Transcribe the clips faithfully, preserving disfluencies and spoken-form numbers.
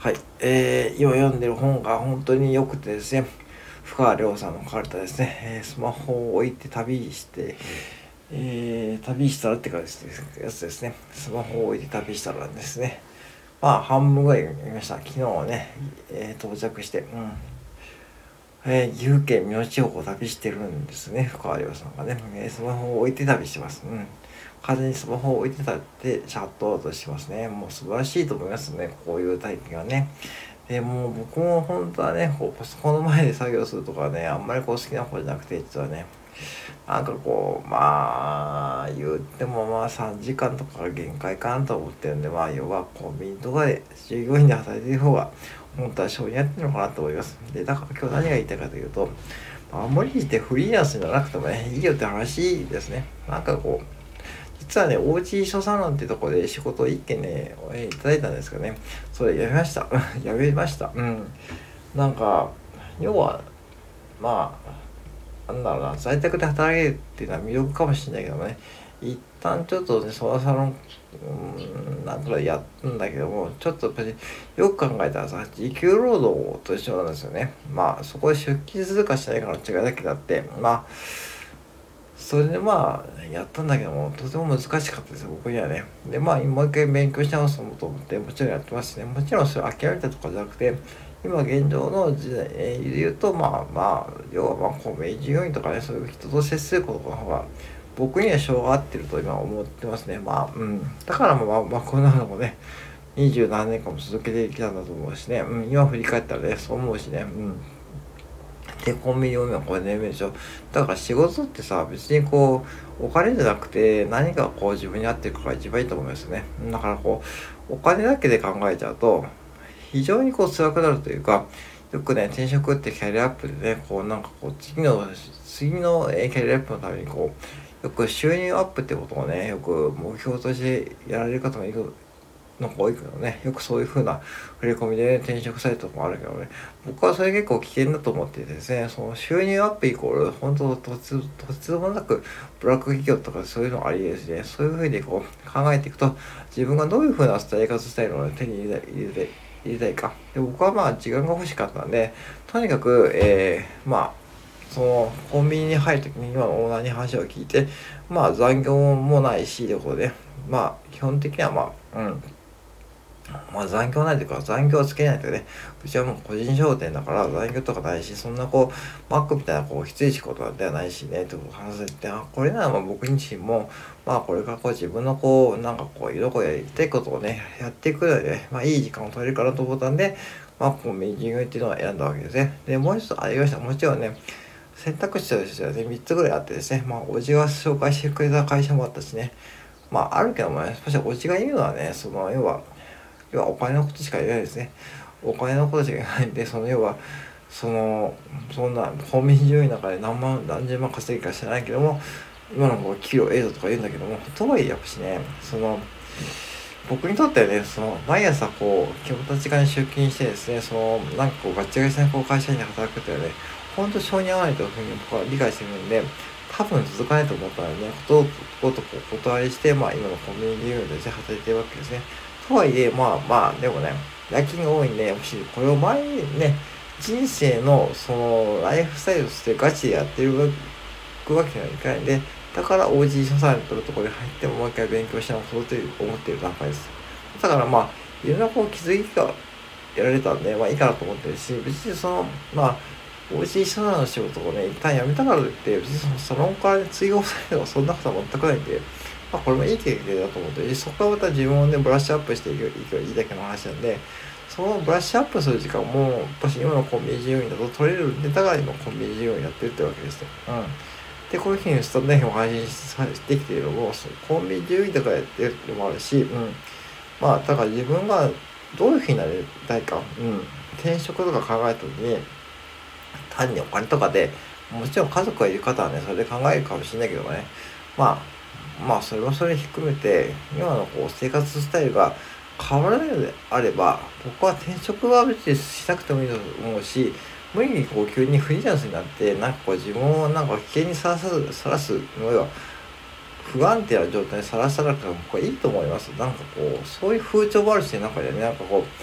はい、えー、今読んでる本が本当に良くてですね、深川亮さんの書かれたですね、えースマホを置いて旅して、えー旅したらってかですね、やつですね、スマホを置いて旅したらですね、まあ半分ぐらい読みました。昨日はね、えー到着して、うん。えー岐阜県美濃地方を旅してるんですね、深川亮さんがね、えースマホを置いて旅してます。うん。完全にスマホを置いてたってシャットアウトしてますね。もう素晴らしいと思いますね、こういう体験はね。でもう僕も本当はね、こうパソコンの前で作業するとかね、あんまりこう好きな方じゃなくて、実はね、なんかこう、まあ、言ってもまあさんじかんとかが限界かなと思ってるんで、まあ、要はコンビニとかで従業員で働いてる方が、本当は性にやってるのかなと思います。で、だから今日何が言いたいかというと、まあ、無理してフリーランスにならなくてもね、いいよって話ですね。なんかこう、実はね、おうち書サロンっていうところで仕事を一件ね、えいただいたんですけどね、それやめました。やめました。うん。なんか、要は、まあ、なんだろうな、在宅で働けるっていうのは魅力かもしれないけどもね、一旦ちょっとね、そのサロン、うん、なんとかやったんだけども、ちょっとやっぱりよく考えたらさ、時給労働と一緒なんですよね。まあ、そこで出勤するかしないかの違いだけだって、まあ、それでまあ、やったんだけども、とても難しかったですよ、僕にはね。で、まあ、もう一回勉強し直そうと思って、もちろんやってますしね。もちろんそれ諦めたとかじゃなくて、今現状の時代で言うと、まあまあ、要はまあ、公務員従業員とかね、そういう人と接することの方が、僕には性が合ってると今思ってますね。まあ、うん。だからまあ、まあ、こんなのもね、二十何年間も続けてきたんだと思うしね。うん、今振り返ったらね、そう思うしね。うん。で、コンビニを今これね、でしょ。だから仕事ってさ、別にこう、お金じゃなくて、何がこう自分に合ってるかが一番いいと思いますね。だからこう、お金だけで考えちゃうと、非常にこう辛くなるというか、よくね、転職ってキャリアアップでね、こうなんかこう、次の、次のえーキャリアアップのためにこう、よく収入アップってことをね、よく目標としてやられる方もいるのが多いけどね、よくそういう風な振り込みで、ね、転職サイトもあるけどね、僕はそれ結構危険だと思っていてですね、その収入アップイコール、本当とつ、とつもなく、ブラック企業とかそういうのありですね、そういう風にこう考えていくと、自分がどういう風な生活スタイルを手に入れたい、入れたい、入れたいか。で、僕はまあ時間が欲しかったんで、とにかく、えー、まあ、そのコンビニに入るときに今のオーナーに話を聞いて、まあ残業もないし、ということで、まあ基本的にはまあ、うん、まあ残業ないというか残業はつけないとね、うちはもう個人商店だから残業とかないし、そんなこう、マックみたいなこう、きつい仕事ではないしね、と話せて、あ、これならまあ僕自身も、まあこれからこう自分のこう、なんかこう、色々やりたいことをね、やっていくので、ね、まあいい時間を取れるかなと思ったんで、まあこう、メージングっていうのを選んだわけですね。で、もう一つありました。もちろんね、選択肢としてはね、みっつぐらいあってですね、まあ、おじが紹介してくれた会社もあったしね、まあ、あるけどもね、少しおじが言うのはね、その、要は、要はお金のことしか言えないですね。お金のことしか言えないんで、その要は、その、そんな、コンビニ従業員の中で何万、何十万稼ぎか知らないけども、今のこう、キロエイドとか言うんだけども、とはいえ、やっぱしね、その、僕にとってはね、その、毎朝こう、決まった時間に出勤してですね、その、なんかこう、ガチガチなこう会社員で働くっていうのはね、ほんと性に合わないというふうに僕は理解してるんで、多分続かないと思ったのでね、ことごとくお断りして、まあ今のコンビニ従業員として働いてるわけですね。とはいえ、まあまあ、でもね、夜勤が多いんで、もしこれを前にね、人生のそのライフスタイルとしてガチでやってるわわけにはいかないんで、だから オージー 書されてるところに入ってももう一回勉強し直そうという思っている段階です。だからまあ、いろんなこう気づきがやられたんで、まあいいかなと思ってるし、別にその、まあ、オージー 書さの仕事をね、一旦辞めたからといって、別にそのサロンから、ね、追放されるのはそんなことは全くないんで、まあこれもいい経験だと思って、そこからまた自分をね、ブラッシュアップしていけばいいだけの話なんで、そのブラッシュアップする時間も、やっぱし今のコンビニ従業員だと取れるんで、だから今コンビニ従業員やってるってわけですよ。うん。で、こういうふうにスタンド エフエム を配信してきているのも、そのコンビニ従業員だからやってるのもあるし、うん。まあ、だから自分がどういうふうになりたいか、うん。転職とか考えた時に、単にお金とかで、もちろん家族がいる方はね、それで考えるかもしれないけどもね、まあ、まあ、それもそれ含めて、今のこう生活スタイルが変わらないのであれば、僕は転職は別にしなくてもいいと思うし、無理にこう急にフリーランスになって、なんかこう自分をなんか危険にさらさず、さらすのは、不安定な状態にさらさなくても僕はいいと思います。なんかこう、そういう風潮もあるし、なんかね、なんかこう、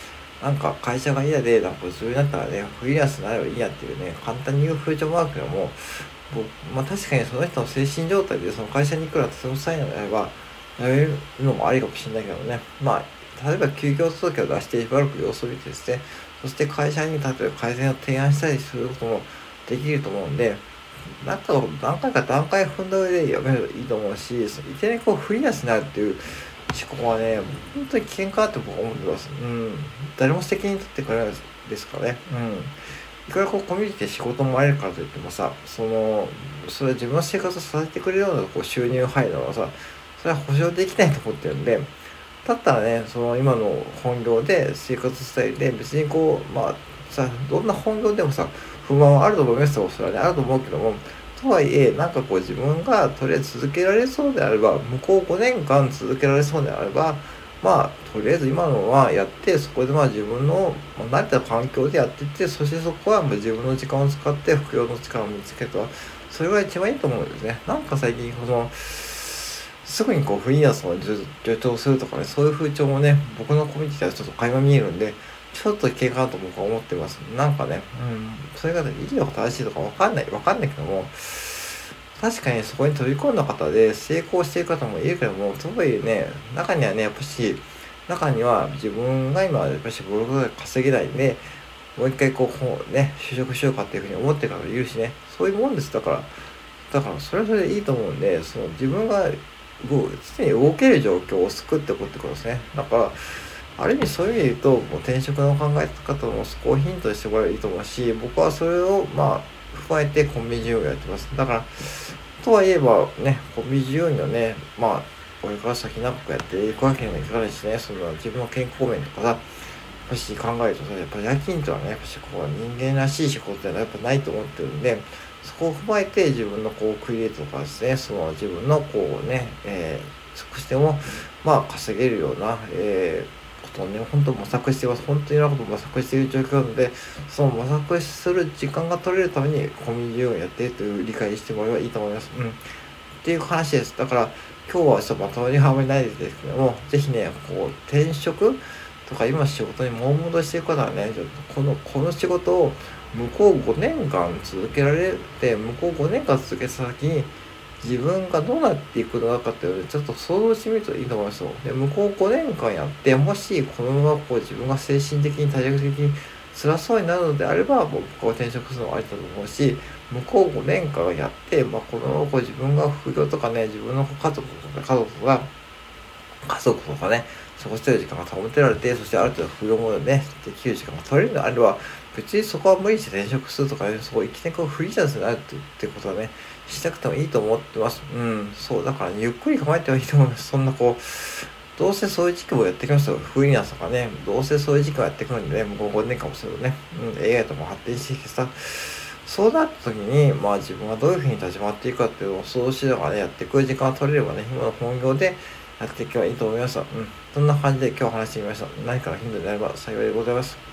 なんか会社が嫌で、なんか自分だったらね、フリーランスになればいいやっていうね、簡単に言う風潮もあるけども、ぼまあ確かにその人の精神状態でその会社に行くらとてもしたいのであれば、やめるのもありかもしれないけどね。まあ、例えば休業届を出してしばらく様子を見てですね、そして会社に例えば改善を提案したりすることもできると思うんで、なんか何回か段階踏んだ上でやめればいいと思うし、そいきなりこうフリーランスになるっていう思考はね、本当に危険かなって僕は思ってます。うん。誰も責任取ってくれないですからね。うん。いくらこうコミュニティで仕事もあるからといってもさ、その、それは自分の生活を支えてくれるようなこう収入範囲なのはさ、それは保証できないと思ってるんで、だったらね、その今の本業で生活スタイルで別にこう、まあさ、どんな本業でもさ、不満はあると思いますよ。それはね、あると思うけども、とはいえ、なんかこう自分がとりあえず続けられそうであれば、向こうごねんかん続けられそうであれば、まあ、とりあえず今のはやって、そこでまあ自分の、まあ、慣れた環境でやっていって、そしてそこはもう自分の時間を使って副業の力を見つけた。それが一番いいと思うんですね。なんか最近、この、すぐにこうフリーランスを助長するとかね、そういう風潮もね、僕のコミュニティではちょっと垣間見えるんで、ちょっと危険かなと僕は思ってます。なんかね、うん、それがね、いいのか正しいのかわかんない、わかんないけども、確かにそこに飛び込んだ方で成功している方もいるけども、とはいえね、中にはね、やっぱし、中には自分が今、やっぱしブログで稼げないんで、もう一回こう、こうね、就職しようかっていうふうに思ってる方いるしね、そういうもんです。だから、だからそれはそれでいいと思うんで、その自分が動常に動ける状況を作っておくってことですね。だから、ある意味そういう意味で言うと、もう転職の考え方もそこをヒントにしてもらえばいいと思うし、僕はそれをまあ、踏まえてコンビニ事業をやってます。だから、とはいえばね、コンビニ事業にはね、まあ、これから先長くやっていくわけにもいかないしね、その自分の健康面とかさ、やっぱし考えるとさ、やっぱ夜勤とはね、やっぱしこう人間らしい仕事ってのはやっぱないと思ってるんで、そこを踏まえて自分のこうクリエイトとかですね、その自分のこうね、えー、少しでもまあ稼げるような、えーことをね、本当模索してます。本当にいろんなことを模索している状況なので、その模索する時間が取れるためにコミュニティをやっているという理解してもらえばいいと思います。うん。っていう話です。だから、今日はちょっとまともにはあまりないですけども、ぜひね、こう、転職とか今仕事に猛戻していく方はね、ちょっとこの、この仕事を向こうごねんかん続けられて、向こうごねんかん続けた先に、自分がどうなっていくのかっていうのをちょっと想像してみるといいと思いますよ。で、向こうごねんかんやって、もしこのままこう自分が精神的に体力的に辛そうになるのであれば、僕は転職するのはありだと思うし、向こうごねんかんやって、まあ、このままこう自分が副業とかね、自分の家族とか家族とか、家族とかね、過ごしてる時間が保てられて、そしてある程度副業もね、できる時間が取れるのであれば、別にそこは無理して転職するとかね、そこいきなりこうフリーランスになるってってことはね、しなくてもいいと思ってます。うん、そう、だから、ね、ゆっくり構えてもいいと思います。そんなこう、どうせそういう時期もやってきますよ。フリーランスとかね、どうせそういう時期もやってくるんでね、もうごねんかもするとね、うん、エーアイ とも発展してきてさ、そうなった時に、まあ自分がどういうふうに立ち回っていくかっていうのを想像しながらね、やっていく時間が取れればね、今の本業でやっていけばいいと思いました。うん。そんな感じで今日話してみました。何かのヒントになれば幸いでございます。